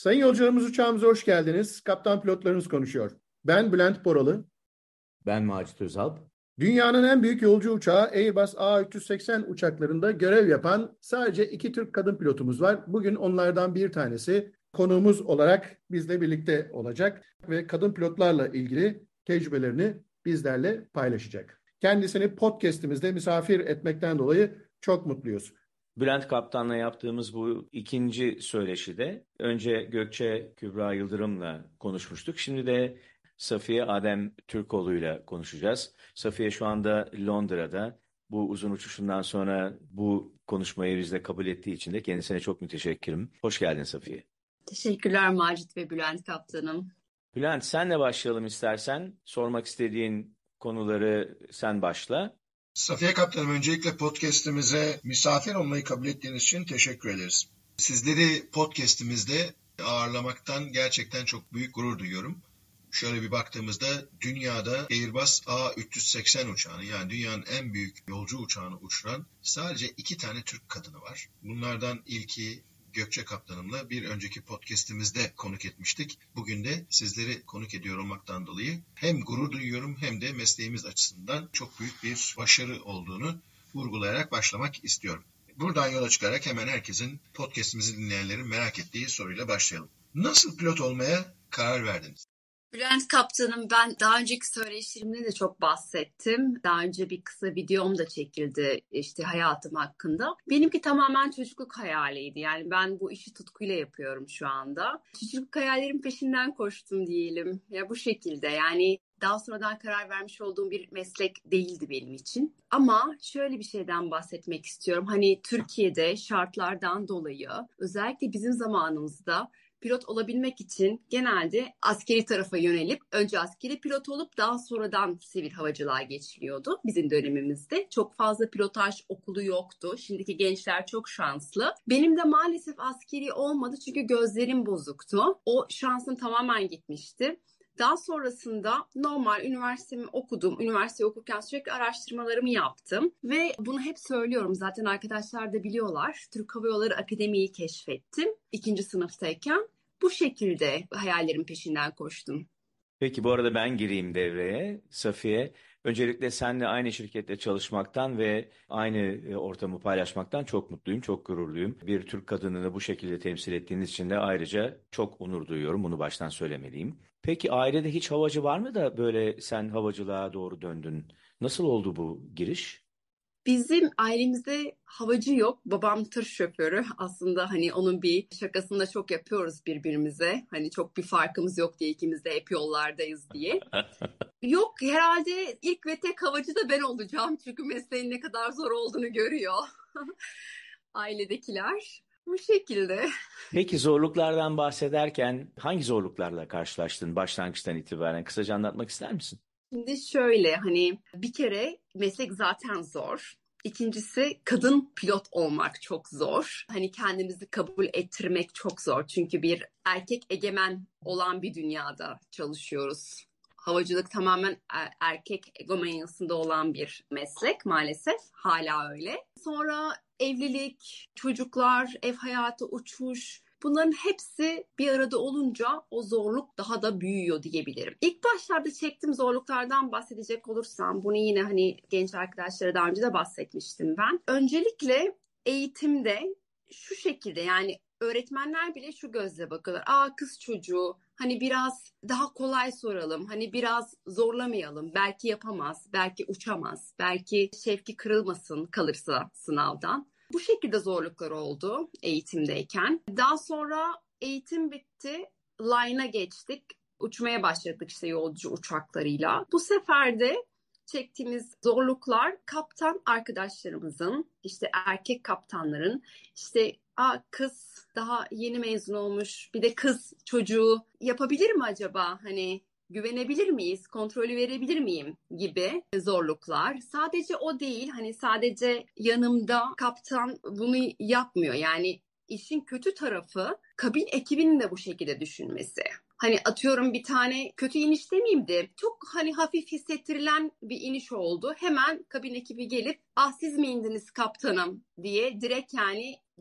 Sayın yolcularımız uçağımıza hoş geldiniz. Kaptan pilotlarınız konuşuyor. Ben Bülent Boralı. Ben Macit Özalp. Dünyanın en büyük yolcu uçağı Airbus A380 uçaklarında görev yapan sadece 2 Türk kadın pilotumuz var. Bugün onlardan bir tanesi konuğumuz olarak bizle birlikte olacak ve kadın pilotlarla ilgili tecrübelerini bizlerle paylaşacak. Kendisini podcast'imizde misafir etmekten dolayı çok mutluyuz. Bülent Kaptan'la yaptığımız bu ikinci söyleşide önce Gökçe Kübra Yıldırım'la konuşmuştuk. Şimdi de Safiye Adem Türkoğlu'yla konuşacağız. Safiye şu anda Londra'da. Bu uzun uçuşundan sonra bu konuşmayı bizle kabul ettiği için de kendisine çok müteşekkirim. Hoş geldin Safiye. Teşekkürler Macit ve Bülent Kaptanım. Bülent, senle başlayalım istersen. Sormak istediğin konuları sen başla. Safiye Kaptanım, öncelikle podcast'imize misafir olmayı kabul ettiğiniz için teşekkür ederiz. Sizleri podcast'imizde ağırlamaktan gerçekten çok büyük gurur duyuyorum. Şöyle bir baktığımızda dünyada Airbus A380 uçağını, yani dünyanın en büyük yolcu uçağını uçuran sadece 2 tane Türk kadını var. Bunlardan ilki Gökçe Kaptanım'la bir önceki podcast'imizde konuk etmiştik. Bugün de sizleri konuk ediyor olmaktan dolayı hem gurur duyuyorum hem de mesleğimiz açısından çok büyük bir başarı olduğunu vurgulayarak başlamak istiyorum. Buradan yola çıkarak hemen herkesin, podcast'imizi dinleyenlerin merak ettiği soruyla başlayalım. Nasıl pilot olmaya karar verdiniz? Bülent Kaptanım, ben daha önceki söyleşilerimde de çok bahsettim. Daha önce bir kısa videom da çekildi işte hayatım hakkında. Benimki tamamen çocukluk hayaliydi. Yani ben bu işi tutkuyla yapıyorum şu anda. Çocukluk hayallerim peşinden koştum diyelim. Ya bu şekilde, yani daha sonradan karar vermiş olduğum bir meslek değildi benim için. Ama şöyle bir şeyden bahsetmek istiyorum. Hani Türkiye'de şartlardan dolayı özellikle bizim zamanımızda pilot olabilmek için genelde askeri tarafa yönelip önce askeri pilot olup daha sonradan sivil havacılığa geçiliyordu bizim dönemimizde. Çok fazla pilotaj okulu yoktu. Şimdiki gençler çok şanslı. Benim de maalesef askeri olmadı çünkü gözlerim bozuktu. O şansım tamamen gitmişti. Daha sonrasında normal üniversitemi okudum. Üniversite okurken sürekli araştırmalarımı yaptım. Ve bunu hep söylüyorum. Zaten arkadaşlar da biliyorlar. Türk Hava Yolları Akademi'yi keşfettim 2. sınıftayken. Bu şekilde hayallerin peşinden koştum. Peki, bu arada ben gireyim devreye. Safiye, öncelikle seninle aynı şirkette çalışmaktan ve aynı ortamı paylaşmaktan çok mutluyum, çok gururluyum. Bir Türk kadınını bu şekilde temsil ettiğiniz için de ayrıca çok onur duyuyorum. Bunu baştan söylemeliyim. Peki ailede hiç havacı var mı da böyle sen havacılığa doğru döndün? Nasıl oldu bu giriş? Bizim ailemizde havacı yok. Babam tır şoförü. Aslında hani onun bir şakasını da çok yapıyoruz birbirimize. Hani çok bir farkımız yok diye, ikimiz de hep yollardayız diye. Yok, herhalde ilk ve tek havacı da ben olacağım. Çünkü mesleğin ne kadar zor olduğunu görüyor ailedekiler. Bu şekilde. Peki zorluklardan bahsederken hangi zorluklarla karşılaştın başlangıçtan itibaren? Kısaca anlatmak ister misin? Şimdi şöyle, hani bir kere meslek zaten zor. İkincisi, kadın pilot olmak çok zor. Hani kendimizi kabul ettirmek çok zor. Çünkü bir erkek egemen olan bir dünyada çalışıyoruz. Havacılık tamamen erkek egomanyasında olan bir meslek maalesef. Hala öyle. Sonra evlilik, çocuklar, ev hayatı, uçuş. Bunların hepsi bir arada olunca o zorluk daha da büyüyor diyebilirim. İlk başlarda çektiğim zorluklardan bahsedecek olursam, bunu yine hani genç arkadaşlara daha önce de bahsetmiştim ben. Öncelikle eğitimde şu şekilde, yani öğretmenler bile şu gözle bakıyorlar. Kız çocuğu, hani biraz daha kolay soralım, hani biraz zorlamayalım. Belki yapamaz, belki uçamaz, belki şevki kırılmasın kalırsa sınavdan. Bu şekilde zorluklar oldu eğitimdeyken. Daha sonra eğitim bitti, line'a geçtik. Uçmaya başladık işte yolcu uçaklarıyla. Bu sefer de çektiğimiz zorluklar kaptan arkadaşlarımızın, işte erkek kaptanların, işte kız daha yeni mezun olmuş, bir de kız çocuğu yapabilir mi acaba, hani güvenebilir miyiz, kontrolü verebilir miyim gibi zorluklar. Sadece o değil, hani sadece yanımda kaptan bunu yapmıyor. Yani işin kötü tarafı kabin ekibinin de bu şekilde düşünmesi. Hani atıyorum, bir tane kötü iniş demeyeyim de çok hani hafif hissettirilen bir iniş oldu. Hemen kabin ekibi gelip siz mi indiniz kaptanım diye direkt yani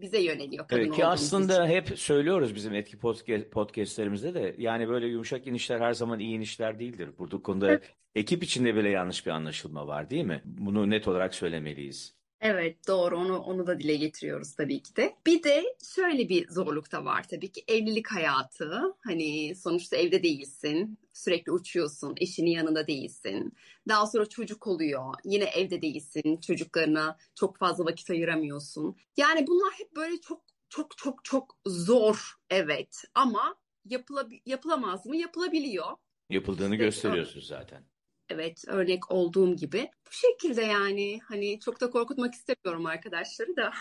bize yöneliyor kadın Evet ki olduğumuz için. aslında hep söylüyoruz bizim etki podcastlerimizde de yani böyle yumuşak inişler her zaman iyi inişler değildir. Bu konuda ekip içinde bile yanlış bir anlaşılma var değil mi? Bunu net olarak söylemeliyiz. Evet, doğru, onu da dile getiriyoruz tabii ki de. Bir de şöyle bir zorluk da var tabii ki, evlilik hayatı. Hani sonuçta evde değilsin, sürekli uçuyorsun, eşinin yanında değilsin. Daha sonra çocuk oluyor, yine evde değilsin, çocuklarına çok fazla vakit ayıramıyorsun. Yani bunlar hep böyle çok çok çok çok zor, evet, ama yapılamaz mı? Yapılabiliyor. Yapıldığını İşte gösteriyorsunuz zaten. evet, örnek olduğum gibi. Bu şekilde yani, hani çok da korkutmak istemiyorum arkadaşları da.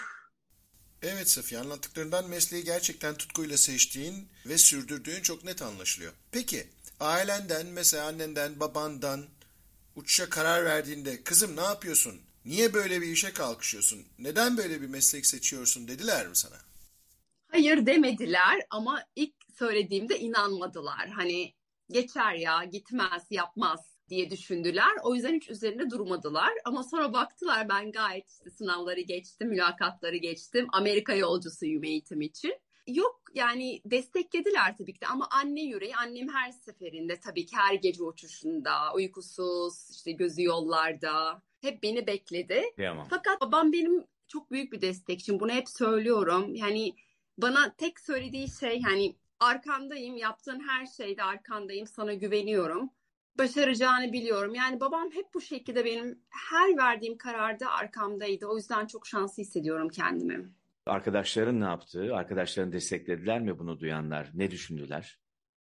Evet Safiye, anlattıklarından mesleği gerçekten tutkuyla seçtiğin ve sürdürdüğün çok net anlaşılıyor. Peki ailenden, mesela annenden, babandan uçuşa karar verdiğinde kızım ne yapıyorsun? Niye böyle bir işe kalkışıyorsun? Neden böyle bir meslek seçiyorsun dediler mi sana? Hayır demediler ama ilk söylediğimde inanmadılar. Hani geçer ya, gitmez, yapmaz diye düşündüler. O yüzden hiç üzerinde durmadılar. Ama sonra baktılar, ben gayet işte sınavları geçtim, mülakatları geçtim. Amerika yolcusuyum eğitim için. Yok yani, desteklediler tabii ki de, ama anne yüreği, annem her seferinde tabii ki, her gece uçuşunda uykusuz, işte gözü yollarda, hep beni bekledi. Tamam. Fakat babam benim çok büyük bir destekçim, bunu hep söylüyorum. Yani bana tek söylediği şey, hani arkandayım, yaptığın her şeyde arkandayım, sana güveniyorum. Başaracağını biliyorum. Yani babam hep bu şekilde benim her verdiğim kararda arkamdaydı. O yüzden çok şanslı hissediyorum kendimi. Arkadaşların ne yaptı? Arkadaşların desteklediler mi bunu duyanlar? Ne düşündüler?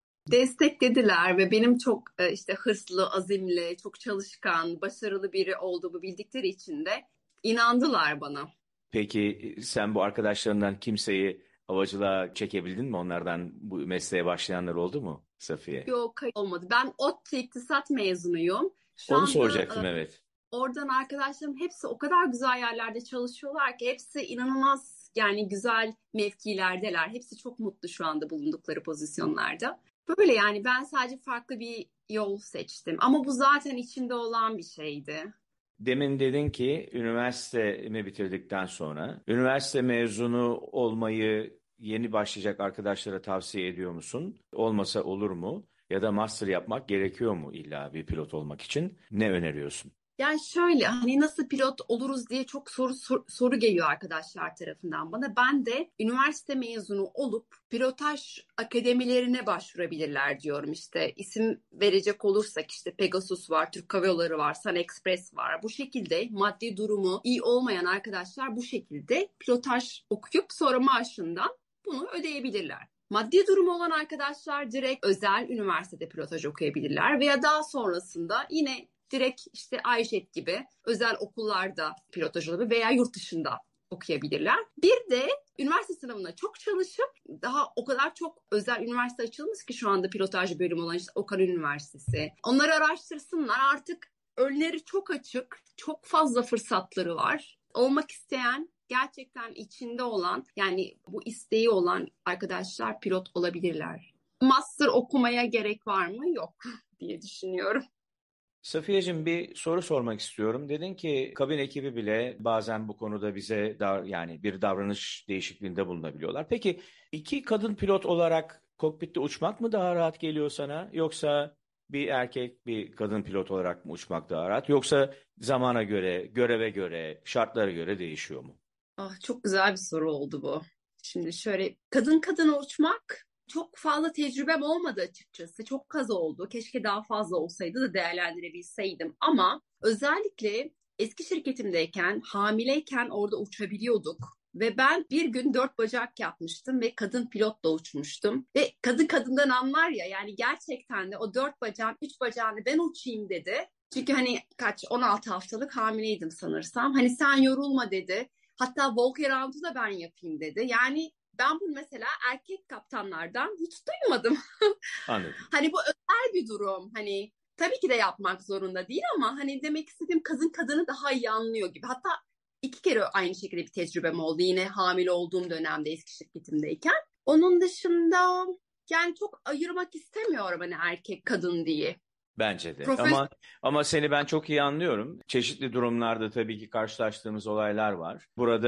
Desteklediler ve benim çok işte hırslı, azimli, çok çalışkan, başarılı biri olduğumu bildikleri için de inandılar bana. Peki sen bu arkadaşlarından kimseyi havacılığa çekebildin mi? Onlardan bu mesleğe başlayanlar oldu mu Safiye? Yok, hayır, olmadı. Ben ODTÜ İktisat mezunuyum. Şu Onu anda soracaktım, evet. oradan arkadaşlarım hepsi o kadar güzel yerlerde çalışıyorlar ki, hepsi inanılmaz yani güzel mevkilerdeler. Hepsi çok mutlu şu anda bulundukları pozisyonlarda. Böyle yani, ben sadece farklı bir yol seçtim. Ama bu zaten içimde olan bir şeydi. Demin dedin ki üniversitemi bitirdikten sonra üniversite mezunu olmayı yeni başlayacak arkadaşlara tavsiye ediyor musun? Olmasa olur mu? Ya da master yapmak gerekiyor mu illa bir pilot olmak için? Ne öneriyorsun? Yani şöyle, hani nasıl pilot oluruz diye çok soru geliyor arkadaşlar tarafından bana. Ben de üniversite mezunu olup pilotaj akademilerine başvurabilirler diyorum. İşte isim verecek olursak, işte Pegasus var, Türk Hava Yolları var, Sun Express var. Bu şekilde maddi durumu iyi olmayan arkadaşlar bu şekilde pilotaj okuyup sonra maaşından bunu ödeyebilirler. Maddi durumu olan arkadaşlar direkt özel üniversitede pilotaj okuyabilirler veya daha sonrasında yine direkt işte iJet gibi özel okullarda pilotaj olabilir veya yurt dışında okuyabilirler. Bir de üniversite sınavına çok çalışıp, daha o kadar çok özel üniversite açılmış ki şu anda pilotaj bölümü olan, işte Okan Üniversitesi. Onları araştırsınlar, artık önleri çok açık, çok fazla fırsatları var. Olmak isteyen, gerçekten içinde olan, yani bu isteği olan arkadaşlar pilot olabilirler. Master okumaya gerek var mı? Yok diye düşünüyorum. Safiyeciğim, bir soru sormak istiyorum. Dedin ki kabin ekibi bile bazen bu konuda bize yani bir davranış değişikliğinde bulunabiliyorlar. Peki iki kadın pilot olarak kokpitte uçmak mı daha rahat geliyor sana? Yoksa bir erkek bir kadın pilot olarak mı uçmak daha rahat? Yoksa zamana göre, göreve göre, şartlara göre değişiyor mu? Ah, çok güzel bir soru oldu bu. Şimdi şöyle, kadın kadına uçmak, çok fazla tecrübem olmadı açıkçası. Çok az oldu. Keşke daha fazla olsaydı da değerlendirebilseydim. Ama özellikle eski şirketimdeyken, hamileyken orada uçabiliyorduk. Ve ben bir gün 4 bacak yapmıştım ve kadın pilotla uçmuştum. Ve kadın kadından anlar ya, yani gerçekten de o 4 bacağın 3 bacağını ben uçayım dedi. Çünkü hani 16 haftalık hamileydim sanırsam. Hani sen yorulma dedi. Hatta walk around'u da ben yapayım dedi. Yani ben bunu mesela erkek kaptanlardan hiç duymadım. Anladım. Hani bu özel bir durum. Hani tabii ki de yapmak zorunda değil, ama hani demek istediğim, kadın kadını daha iyi anlıyor gibi. Hatta 2 kere aynı şekilde bir tecrübem oldu. Yine hamile olduğum dönemde, eski şirketimdeyken. Onun dışında yani çok ayırmak istemiyorum hani erkek kadın diye. Bence de. Profesyonel. Ama seni ben çok iyi anlıyorum. Çeşitli durumlarda tabii ki karşılaştığımız olaylar var. Burada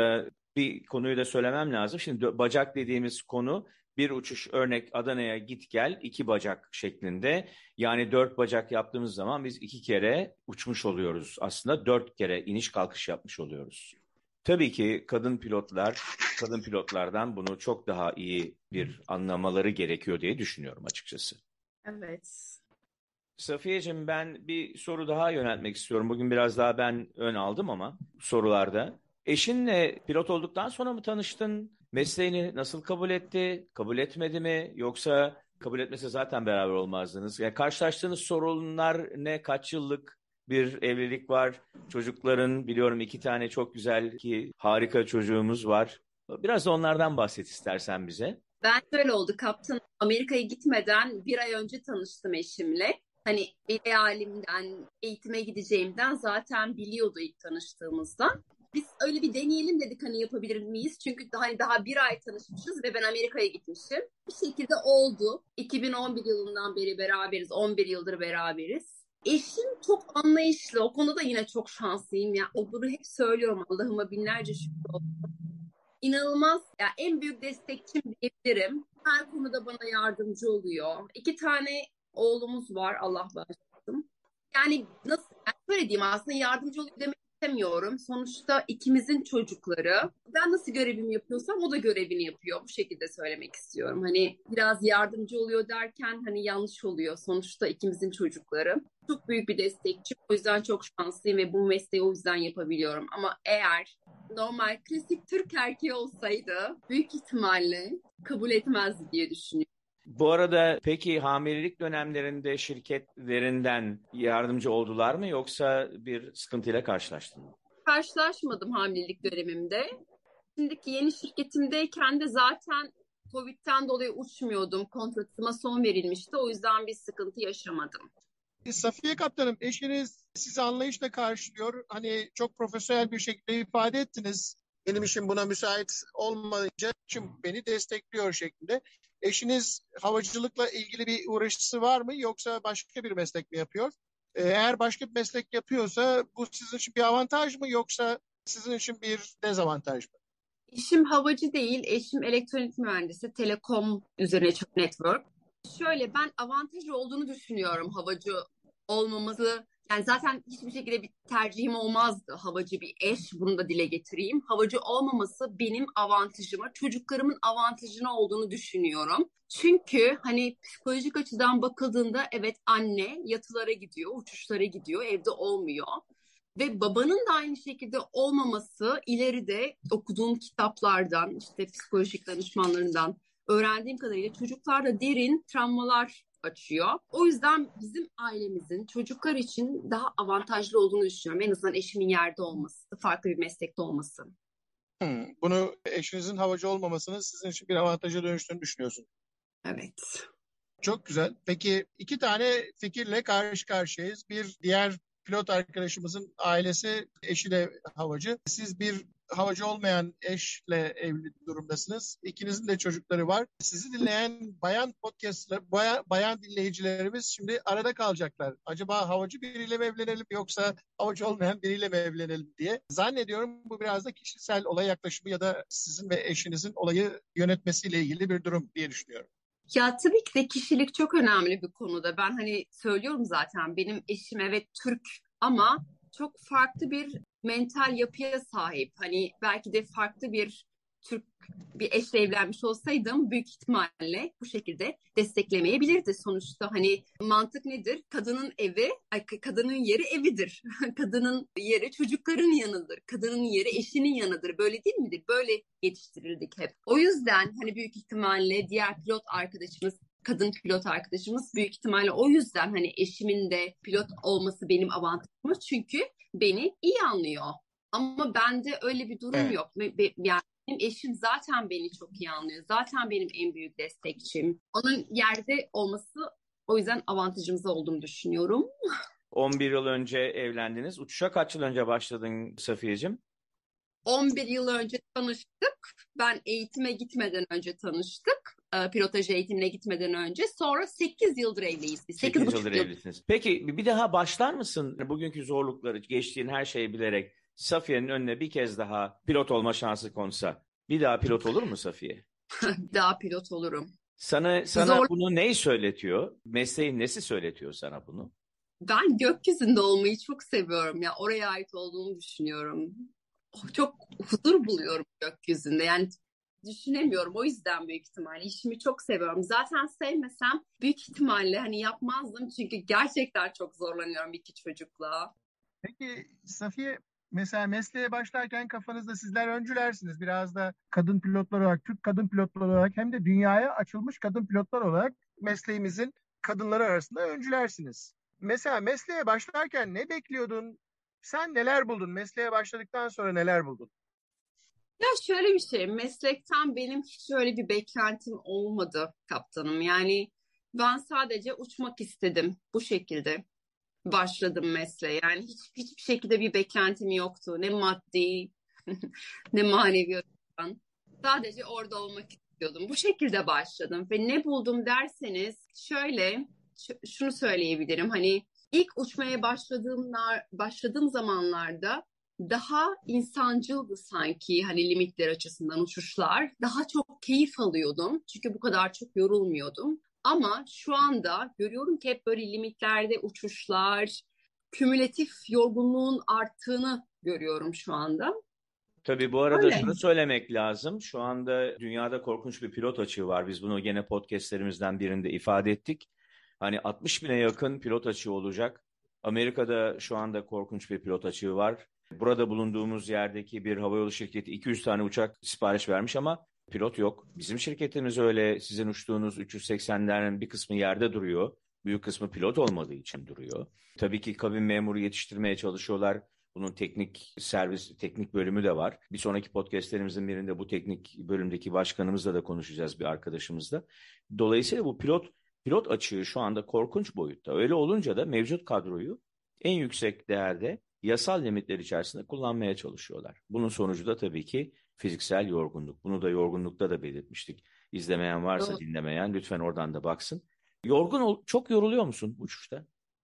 bir konuyu da söylemem lazım. Şimdi bacak dediğimiz konu bir uçuş, örnek Adana'ya git gel 2 bacak şeklinde. Yani 4 bacak yaptığımız zaman biz 2 kere uçmuş oluyoruz. Aslında 4 kere iniş kalkış yapmış oluyoruz. Tabii ki kadın pilotlardan bunu çok daha iyi bir anlamaları gerekiyor diye düşünüyorum açıkçası. Evet. Safiyeciğim, ben bir soru daha yöneltmek istiyorum. Bugün biraz daha ben ön aldım ama sorularda. Eşinle pilot olduktan sonra mı tanıştın? Mesleğini nasıl kabul etti? Kabul etmedi mi? Yoksa kabul etmese zaten beraber olmazdınız. Yani karşılaştığınız sorunlar ne? Kaç yıllık bir evlilik var? Çocukların, biliyorum 2 tane çok güzel ki harika çocuğumuz var. Biraz da onlardan bahset istersen bize. Ben şöyle oldu kaptan. Amerika'ya gitmeden bir ay önce tanıştım eşimle. Hani bir hayalimden, eğitime gideceğimden zaten biliyordu ilk tanıştığımızda. Biz öyle bir deneyelim dedik hani yapabilir miyiz? Çünkü daha bir ay tanışmışız ve ben Amerika'ya gitmişim. Bir şekilde oldu. 2011 yılından beri beraberiz. 11 yıldır beraberiz. Eşim çok anlayışlı. O konuda da yine çok şanslıyım ya. Bunu hep söylüyorum. Allah'ıma binlerce şükür olsun. İnanılmaz ya, en büyük destekçim diyebilirim. Her konuda bana yardımcı oluyor. 2 tane oğlumuz var, Allah bağışlasın. Yani nasıl, yani şöyle diyeyim, aslında yardımcı oluyor demek istemiyorum. Sonuçta ikimizin çocukları. Ben nasıl görevimi yapıyorsam o da görevini yapıyor. Bu şekilde söylemek istiyorum. Hani biraz yardımcı oluyor derken hani yanlış oluyor. Sonuçta ikimizin çocukları. Çok büyük bir destekçi. O yüzden çok şanslıyım ve bu mesleği o yüzden yapabiliyorum. Ama eğer normal klasik Türk erkeği olsaydı büyük ihtimalle kabul etmezdi diye düşünüyorum. Bu arada peki hamilelik dönemlerinde şirketlerinden yardımcı oldular mı, yoksa bir sıkıntıyla karşılaştın mı? Karşılaşmadım hamilelik dönemimde. Şimdiki yeni şirketimdeyken de zaten Covid'den dolayı uçmuyordum. Kontratıma son verilmişti. O yüzden bir sıkıntı yaşamadım. Safiye Kaptanım, eşiniz sizi anlayışla karşılıyor. Hani çok profesyonel bir şekilde ifade ettiniz. Benim işim buna müsait olmayınca için beni destekliyor şeklinde. Eşiniz havacılıkla ilgili bir uğraşısı var mı, yoksa başka bir meslek mi yapıyor? Eğer başka bir meslek yapıyorsa bu sizin için bir avantaj mı, yoksa sizin için bir dezavantaj mı? Eşim havacı değil, eşim elektronik mühendisi, telekom üzerine çok network. Şöyle, ben avantajı olduğunu düşünüyorum havacı olmaması. Yani zaten hiçbir şekilde bir tercihim olmazdı havacı bir eş. Bunu da dile getireyim. Havacı olmaması benim avantajıma, çocuklarımın avantajına olduğunu düşünüyorum. Çünkü hani psikolojik açıdan bakıldığında evet, anne yatılara gidiyor, uçuşlara gidiyor, evde olmuyor. Ve babanın da aynı şekilde olmaması ileride okuduğum kitaplardan, işte psikolojik danışmanlarından öğrendiğim kadarıyla çocuklarda derin travmalar açıyor. O yüzden bizim ailemizin çocuklar için daha avantajlı olduğunu düşünüyorum. En azından eşimin yerde olması, farklı bir meslekte olması. Bunu, eşinizin havacı olmamasının sizin için bir avantaja dönüştüğünü düşünüyorsun. Evet. Çok güzel. Peki 2 tane fikirle karşı karşıyayız. Bir diğer pilot arkadaşımızın ailesi, eşi de havacı. Siz bir havacı olmayan eşle evli durumdasınız. İkinizin de çocukları var. Sizi dinleyen bayan bayan dinleyicilerimiz şimdi arada kalacaklar. Acaba havacı biriyle mi evlenelim, yoksa havacı olmayan biriyle mi evlenelim diye. Zannediyorum bu biraz da kişisel olay yaklaşımı ya da sizin ve eşinizin olayı yönetmesiyle ilgili bir durum diye düşünüyorum. Ya tabii ki de kişilik çok önemli bir konuda. Ben hani söylüyorum zaten, benim eşim evet Türk ama çok farklı bir mental yapıya sahip. Hani belki de farklı bir Türk bir eşle evlenmiş olsaydım büyük ihtimalle bu şekilde desteklemeyebilirdi. Sonuçta hani mantık nedir? Kadının evi, kadının yeri evidir. Kadının yeri çocukların yanıdır. Kadının yeri eşinin yanıdır. Böyle değil midir? Böyle yetiştirildik hep. O yüzden hani büyük ihtimalle diğer pilot arkadaşımız, kadın pilot arkadaşımız büyük ihtimalle o yüzden hani eşimin de pilot olması benim avantajım. Çünkü beni iyi anlıyor. Ama bende öyle bir durum Evet. yok. Yani benim eşim zaten beni çok iyi anlıyor. Zaten benim en büyük destekçim. Onun yerde olması o yüzden avantajımız olduğunu düşünüyorum. 11 yıl önce evlendiniz. Uçuşa kaç yıl önce başladın Safiyeciğim? 11 yıl önce tanıştık. Ben eğitime gitmeden önce tanıştık. Pilotaj eğitimine gitmeden önce. Sonra 8 yıldır evliyiz biz. 8 yıldır evlisiniz. Peki bir daha başlar mısın? Bugünkü zorlukları, geçtiğin her şeyi bilerek Safiye'nin önüne bir kez daha pilot olma şansı konsa bir daha pilot olur mu Safiye? Daha pilot olurum. Sana Zor. bunu neyi söyletiyor? Mesleğin nesi söyletiyor sana bunu? Ben gökyüzünde olmayı çok seviyorum ya. Oraya ait olduğumu düşünüyorum. Çok huzur buluyorum gökyüzünde. Yani düşünemiyorum. O yüzden büyük ihtimalle işimi çok seviyorum. Zaten sevmesem büyük ihtimalle hani yapmazdım. Çünkü gerçekten çok zorlanıyorum iki çocukla. Peki Safiye, mesela mesleğe başlarken kafanızda sizler öncülersiniz. Biraz da kadın pilotlar olarak, Türk kadın pilotlar olarak hem de dünyaya açılmış kadın pilotlar olarak mesleğimizin kadınları arasında öncülersiniz. Mesela mesleğe başlarken ne bekliyordun? Sen neler buldun? Mesleğe başladıktan sonra neler buldun? Ya şöyle bir şey, meslekten benim hiç öyle bir beklentim olmadı kaptanım. Yani ben sadece uçmak istedim bu şekilde. Başladım mesleğe. Yani hiçbir şekilde bir beklentim yoktu. Ne maddi ne manevi açıdan. Sadece orada olmak istiyordum. Bu şekilde başladım ve ne buldum derseniz şöyle şunu söyleyebilirim. Hani ilk uçmaya başladığım zamanlarda daha insancıldı sanki hani limitler açısından uçuşlar. Daha çok keyif alıyordum. Çünkü bu kadar çok yorulmuyordum. Ama şu anda görüyorum ki hep böyle limitlerde uçuşlar, kümülatif yorgunluğun arttığını görüyorum şu anda. Tabii bu arada Öyle. şunu söylemek lazım. Şu anda dünyada korkunç bir pilot açığı var. Biz bunu gene podcastlerimizden birinde ifade ettik. Hani 60 bine yakın pilot açığı olacak. Amerika'da şu anda korkunç bir pilot açığı var. Burada bulunduğumuz yerdeki bir havayolu şirketi 200 tane uçak sipariş vermiş ama pilot yok. Bizim şirketimiz öyle, sizin uçtuğunuz 380'lerin bir kısmı yerde duruyor. Büyük kısmı pilot olmadığı için duruyor. Tabii ki kabin memuru yetiştirmeye çalışıyorlar. Bunun teknik bölümü de var. Bir sonraki podcastlerimizin birinde bu teknik bölümdeki başkanımızla da konuşacağız, bir arkadaşımızla. Dolayısıyla bu pilot açığı şu anda korkunç boyutta. Öyle olunca da mevcut kadroyu en yüksek değerde yasal limitler içerisinde kullanmaya çalışıyorlar. Bunun sonucu da tabii ki fiziksel yorgunluk. Bunu da yorgunlukta da belirtmiştik. İzlemeyen varsa, dinlemeyen lütfen oradan da baksın. Çok yoruluyor musun uçuşta?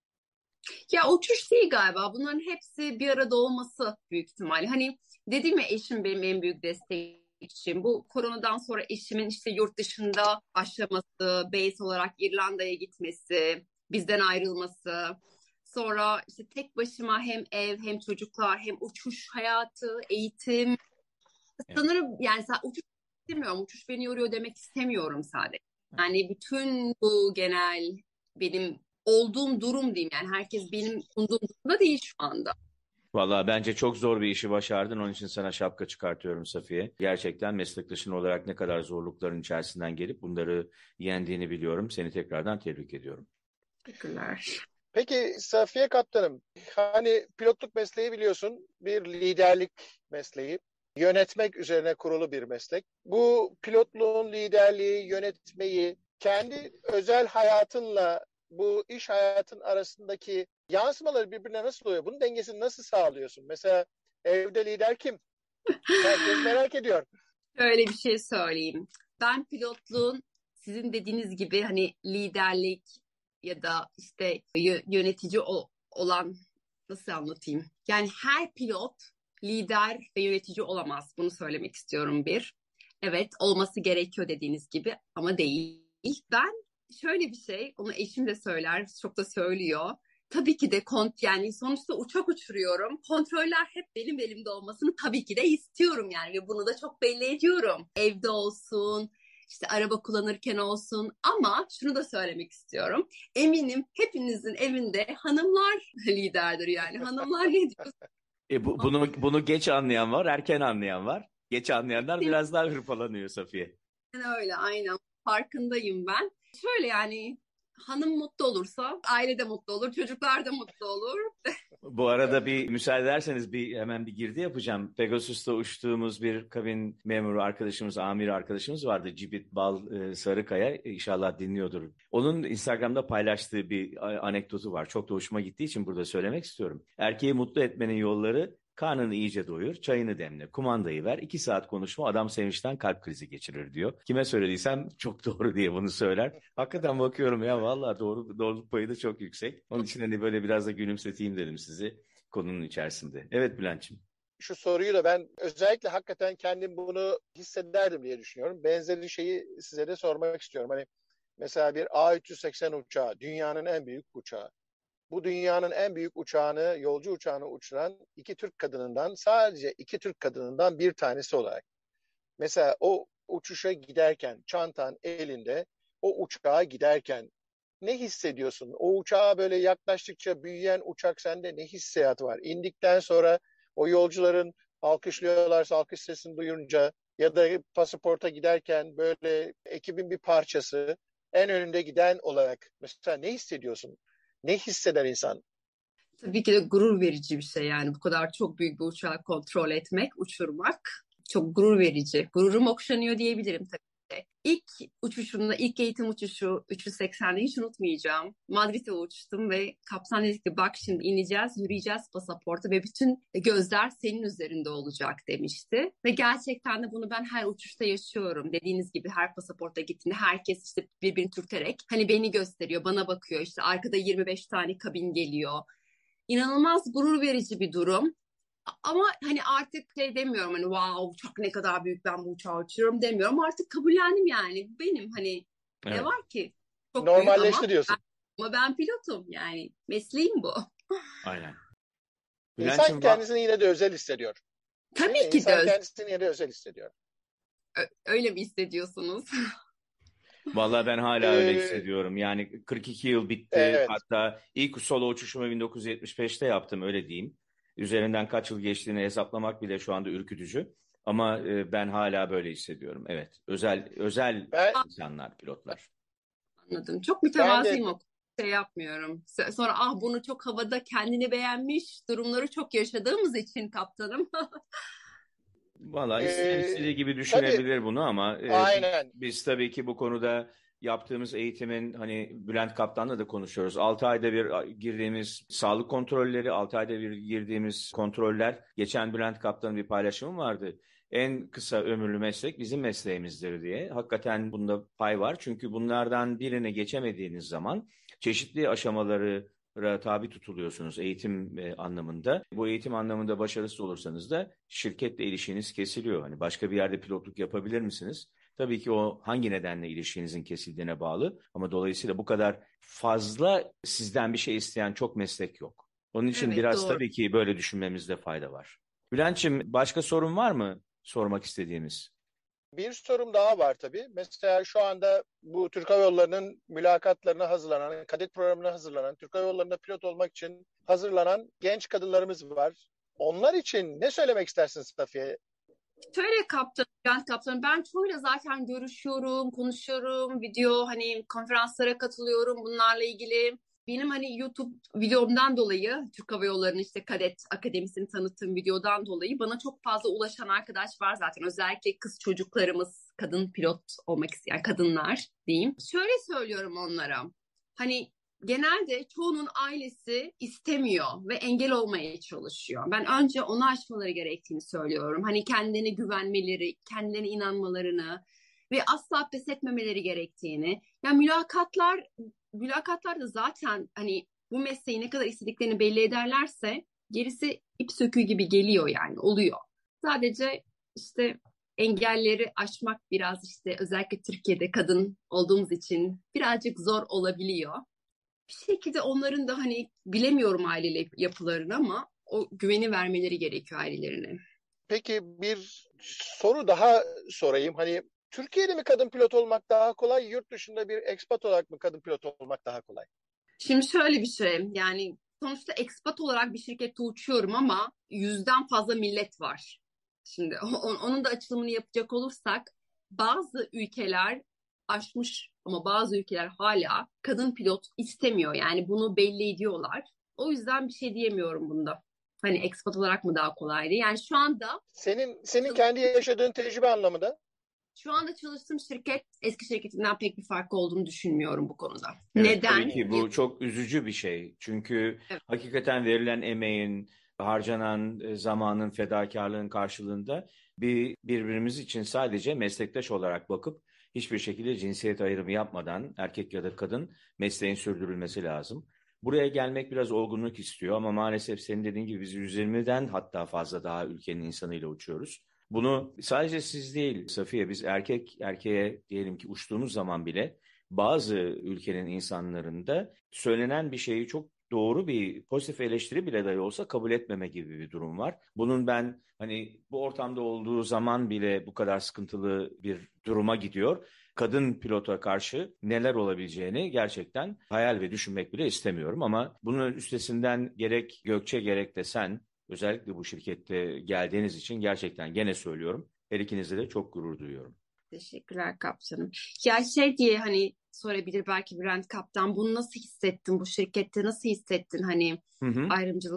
Ya uçuş değil galiba. Bunların hepsi bir arada olması büyük ihtimalle. Hani dedim ya eşim benim en büyük destekçim. Bu koronadan sonra eşimin işte yurt dışında başlaması, base olarak İrlanda'ya gitmesi, bizden ayrılması. Sonra işte tek başıma hem ev hem çocuklar hem uçuş hayatı, eğitim. Evet. Sanırım yani uçuş istemiyorum. Uçuş beni yoruyor demek istemiyorum sadece. Yani bütün bu genel benim olduğum durum diyeyim. Yani herkes benim bulunduğum durumda değil şu anda. Vallahi bence çok zor bir işi başardın. Onun için sana şapka çıkartıyorum Safiye. Gerçekten meslektaşın olarak ne kadar zorlukların içerisinden gelip bunları yendiğini biliyorum. Seni tekrardan tebrik ediyorum. Teşekkürler. Peki Safiye Kaptanım, hani pilotluk mesleği biliyorsun bir liderlik mesleği. Yönetmek üzerine kurulu bir meslek. Bu pilotluğun liderliği, yönetmeyi kendi özel hayatınla bu iş hayatın arasındaki yansımaları birbirine nasıl oluyor? Bunun dengesini nasıl sağlıyorsun? Mesela evde lider kim? Herkes merak ediyor. Şöyle bir şey söyleyeyim. Ben pilotluğun sizin dediğiniz gibi hani liderlik ya da işte yönetici olan nasıl anlatayım? Yani her pilot lider ve yönetici olamaz. Bunu söylemek istiyorum bir. Evet olması gerekiyor dediğiniz gibi ama değil. Ben şöyle bir şey, onu eşim de söyler, çok da söylüyor. Tabii ki de yani sonuçta uçak uçuruyorum. Kontroller hep benim elimde olmasını tabii ki de istiyorum yani ve bunu da çok belli ediyorum. Evde olsun, işte araba kullanırken olsun ama şunu da söylemek istiyorum. Eminim hepinizin evinde hanımlar liderdir yani. Hanımlar ne diyor? Bunu geç anlayan var, erken anlayan var. Geç anlayanlar biraz daha hırpalanıyor Safiye. Öyle aynen farkındayım ben. Şöyle yani hanım mutlu olursa aile de mutlu olur, çocuklar da mutlu olur. Bu arada bir müsaade ederseniz hemen bir girdi yapacağım. Pegasus'ta uçtuğumuz bir kabin memuru arkadaşımız, amir arkadaşımız vardı. Cibit Bal Sarıkaya. İnşallah dinliyordur. Onun Instagram'da paylaştığı bir anekdotu var. Çok da hoşuma gittiği için burada söylemek istiyorum. Erkeği mutlu etmenin yolları: karnını iyice doyur, çayını demle, kumandayı ver, 2 saat konuşma, adam sevinçten kalp krizi geçirir diyor. Kime söylediysem çok doğru diye bunu söyler. Hakikaten bakıyorum ya, vallahi doğruluk payı da çok yüksek. Onun için hani böyle biraz da gülümseteyim dedim sizi konunun içerisinde. Evet Bülent'ciğim. şu soruyu da ben özellikle hakikaten kendim bunu hissederdim diye düşünüyorum. Benzeri şeyi size de sormak istiyorum. Hani mesela bir A380 uçağı, dünyanın en büyük uçağı. Bu dünyanın en büyük uçağını, yolcu uçağını uçuran sadece iki Türk kadınından bir tanesi olarak. Mesela o uçuşa giderken, çantan elinde, o uçağa giderken ne hissediyorsun? O uçağa böyle yaklaştıkça büyüyen uçak sende ne hissiyatı var? İndikten sonra o yolcuların alkışlıyorlarsa alkış sesini duyunca ya da pasaporta giderken böyle ekibin bir parçası en önünde giden olarak mesela ne hissediyorsun? Ne hisseder insan? Tabii ki de gurur verici bir şey yani bu kadar çok büyük bir uçağı kontrol etmek, uçurmak çok gurur verici. Gururum okşanıyor diyebilirim tabii ki. İlk uçuşumda, ilk eğitim uçuşu 380'de hiç unutmayacağım. Madrid'e uçtum ve kaptan dedi ki bak şimdi ineceğiz, yürüyeceğiz pasaporta ve bütün gözler senin üzerinde olacak demişti. Ve gerçekten de bunu ben her uçuşta yaşıyorum. Dediğiniz gibi her pasaporta gittiğinde herkes işte birbirini sürterek hani beni gösteriyor, bana bakıyor. İşte arkada 25 tane kabin geliyor. İnanılmaz gurur verici bir durum. Ama hani artık şey demiyorum hani wow uçak ne kadar büyük ben bu uçağı uçuyorum demiyorum. Artık kabullendim yani. Benim hani ne Evet, var ki? Çok büyük Normalleşti diyorsun. ama ben pilotum yani. Mesleğim bu. aynen. İnsan Bülent'ciğim, kendisini yine de özel hissediyor. Değil mi? Tabii ki İnsan de kendisini yine de özel hissediyor. öyle mi hissediyorsunuz? vallahi ben hala öyle Ee, hissediyorum. Yani 42 yıl bitti. evet. Hatta ilk solo uçuşumu 1975'te yaptım, öyle diyeyim. Üzerinden kaç yıl geçtiğini hesaplamak bile şu anda ürkütücü. Ama ben hala böyle hissediyorum. Evet. Özel Ben insanlar, pilotlar. Anladım. Çok ben de mütevazıyım o şey yapmıyorum. Sonra ah bunu çok havada kendini beğenmiş durumları çok yaşadığımız için kaptanım. Valla isteyen istediği gibi tabii düşünebilir bunu ama aynen. biz tabii ki bu konuda yaptığımız eğitimin, hani Bülent Kaptan'la da konuşuyoruz. 6 ayda bir girdiğimiz sağlık kontrolleri, 6 ayda bir girdiğimiz kontroller. Geçen Bülent Kaptan'ın bir paylaşımı vardı. En kısa ömürlü meslek bizim mesleğimizdir diye. Hakikaten bunda pay var. Çünkü bunlardan birine geçemediğiniz zaman çeşitli aşamaları tabi tutuluyorsunuz eğitim anlamında. Bu eğitim anlamında başarısız olursanız da şirketle ilişkiniz kesiliyor. Hani başka bir yerde pilotluk yapabilir misiniz? Tabii ki o hangi nedenle ilişkinizin kesildiğine bağlı. Ama dolayısıyla bu kadar fazla sizden bir şey isteyen çok meslek yok. Onun için Evet biraz doğru. tabii ki böyle düşünmemizde fayda var. Bülent'ciğim, başka sorun var mı sormak istediğimiz? Bir sorum daha var tabii. Mesela şu anda bu Türk Hava Yolları'nın mülakatlarına hazırlanan, kadet programına hazırlanan, Türk Hava Yolları'nda pilot olmak için hazırlanan genç kadınlarımız var. Onlar için ne söylemek istersiniz Safiye? Şöyle kaptanım, Bülent kaptanım ben çoğuyla zaten görüşüyorum, konuşuyorum, video hani konferanslara katılıyorum bunlarla ilgili. Benim hani YouTube videomdan dolayı Türk Hava Yolları'nın işte Kadet Akademisi'ni tanıttığım videodan dolayı bana çok fazla ulaşan arkadaş var zaten. Özellikle kız çocuklarımız, kadın pilot olmak isteyen kadınlar diyeyim. Şöyle söylüyorum onlara. Hani genelde çoğunun ailesi istemiyor ve engel olmaya çalışıyor. Ben önce onu aşmaları gerektiğini söylüyorum. Hani kendilerine güvenmeleri, kendilerine inanmalarını ve asla pes etmemeleri gerektiğini. Yani mülakatlarda zaten hani bu mesleği ne kadar istediklerini belli ederlerse gerisi ip söküğü gibi geliyor yani oluyor. Sadece işte engelleri aşmak biraz işte özellikle Türkiye'de kadın olduğumuz için birazcık zor olabiliyor. Bir şekilde onların da hani bilemiyorum aile yapılarını ama o güveni vermeleri gerekiyor ailelerine. Peki bir soru daha sorayım. Hani Türkiye'de mi kadın pilot olmak daha kolay, yurt dışında bir expat olarak mı kadın pilot olmak daha kolay? Şimdi şöyle bir şey yani sonuçta expat olarak bir şirkette uçuyorum ama 100'den fazla millet var. Şimdi onun da açılımını yapacak olursak bazı ülkeler aşmış ama bazı ülkeler hala kadın pilot istemiyor. Yani bunu belli ediyorlar. O yüzden bir şey diyemiyorum bunda. Hani expat olarak mı daha kolaydı? Yani Senin kendi yaşadığın tecrübe anlamında. şu anda çalıştığım şirket eski şirketimden pek bir farkı olduğunu düşünmüyorum bu konuda. Evet, tabii Neden? ki bu çok üzücü bir şey. Çünkü Evet. hakikaten verilen emeğin, harcanan zamanın, fedakarlığın karşılığında birbirimiz için sadece meslektaş olarak bakıp hiçbir şekilde cinsiyet ayrımı yapmadan erkek ya da kadın mesleğin sürdürülmesi lazım. Buraya gelmek biraz olgunluk istiyor ama maalesef senin dediğin gibi biz 120'den hatta fazla daha ülkenin insanıyla uçuyoruz. Bunu sadece siz değil Safiye, biz erkek erkeğe diyelim ki uçtuğumuz zaman bile bazı ülkenin insanlarında söylenen bir şeyi çok doğru bir pozitif eleştiri bile dahi olsa kabul etmeme gibi bir durum var. Bunun ben hani bu ortamda olduğu zaman bile bu kadar sıkıntılı bir duruma gidiyor. Kadın pilota karşı neler olabileceğini gerçekten hayal ve düşünmek bile istemiyorum. Ama bunun üstesinden gerek Gökçe gerek de sen özellikle bu şirkette geldiğiniz için gerçekten gene söylüyorum. Her ikinize de çok gurur duyuyorum. Teşekkürler kaptanım. Ya şey diye hani sorabilir belki Bülent kaptan, bunu nasıl hissettin, bu şirkette nasıl hissettin hani Hı hı.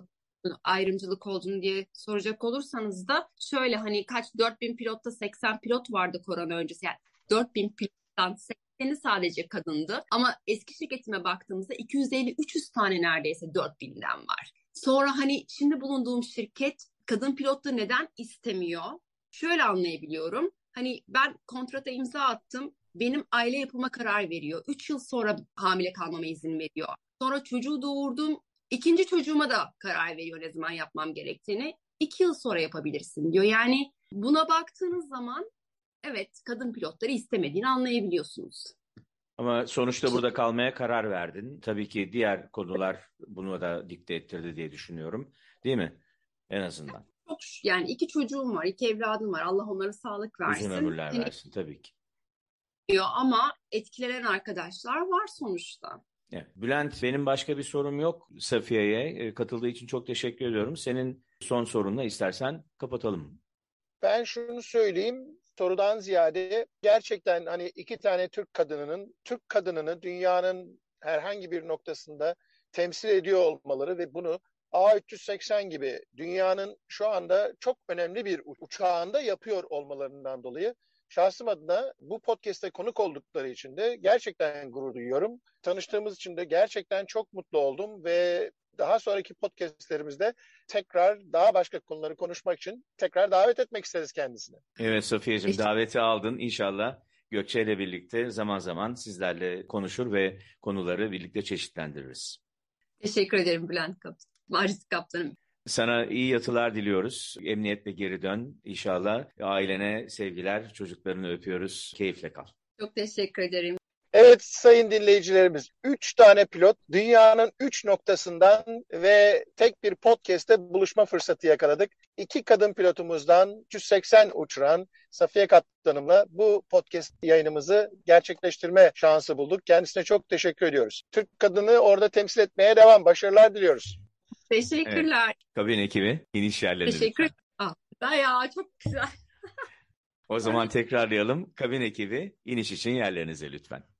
ayrımcılık olduğunu diye soracak olursanız da şöyle, hani 4000 pilotta 80 pilot vardı korona öncesi, yani 4000 pilottan 80'i sadece kadındı ama eski şirketime baktığımızda 250-300 tane neredeyse 4000'den var. Sonra hani şimdi bulunduğum şirket kadın pilotları neden istemiyor? Şöyle anlayabiliyorum. Hani ben kontrata imza attım. Benim aile yapıma karar veriyor. 3 yıl sonra hamile kalmama izin veriyor. Sonra çocuğu doğurdum. İkinci çocuğuma da karar veriyor ne zaman yapmam gerektiğini. 2 yıl sonra yapabilirsin diyor. Yani buna baktığınız zaman evet, kadın pilotları istemediğini anlayabiliyorsunuz. Ama sonuçta burada kalmaya karar verdin. Tabii ki diğer konular bunu da dikte ettirdi diye düşünüyorum. Değil mi? En azından. Yani 2 çocuğum var, 2 evladım var. Allah onlara sağlık versin. Uzun ömürler Hani versin tabii ki. diyor ama etkilenen arkadaşlar var sonuçta. Evet. Bülent, benim başka bir sorum yok Safiye'ye. Katıldığı için çok teşekkür ediyorum. Senin son sorunla istersen kapatalım. Ben şunu söyleyeyim, sorudan ziyade gerçekten hani iki tane Türk kadınını dünyanın herhangi bir noktasında temsil ediyor olmaları ve bunu A380 gibi dünyanın şu anda çok önemli bir uçağında yapıyor olmalarından dolayı şahsım adına bu podcast'te konuk oldukları için de gerçekten gurur duyuyorum. Tanıştığımız için de gerçekten çok mutlu oldum ve daha sonraki podcastlerimizde tekrar daha başka konuları konuşmak için tekrar davet etmek isteriz kendisini. Evet Safiye'cim, daveti aldın. İnşallah Gökçe ile birlikte zaman zaman sizlerle konuşur ve konuları birlikte çeşitlendiririz. Teşekkür ederim Bülent kaptan. Maris kaptanım. Sana iyi yatılar diliyoruz. Emniyetle geri dön inşallah. Ailene sevgiler, çocuklarını öpüyoruz. Keyifle kal. Çok teşekkür ederim. Evet sayın dinleyicilerimiz, 3 tane pilot dünyanın 3 noktasından ve tek bir podcast'te buluşma fırsatı yakaladık. 2 kadın pilotumuzdan 380 uçuran Safiye Kaptanım'la bu podcast yayınımızı gerçekleştirme şansı bulduk. Kendisine çok teşekkür ediyoruz. Türk kadını orada temsil etmeye devam. Başarılar diliyoruz. Teşekkürler. Evet. Kabin ekibi iniş yerlerine Teşekkür lütfen. ederim. Ya çok güzel. O zaman tekrarlayalım. Kabin ekibi iniş için yerlerinize lütfen.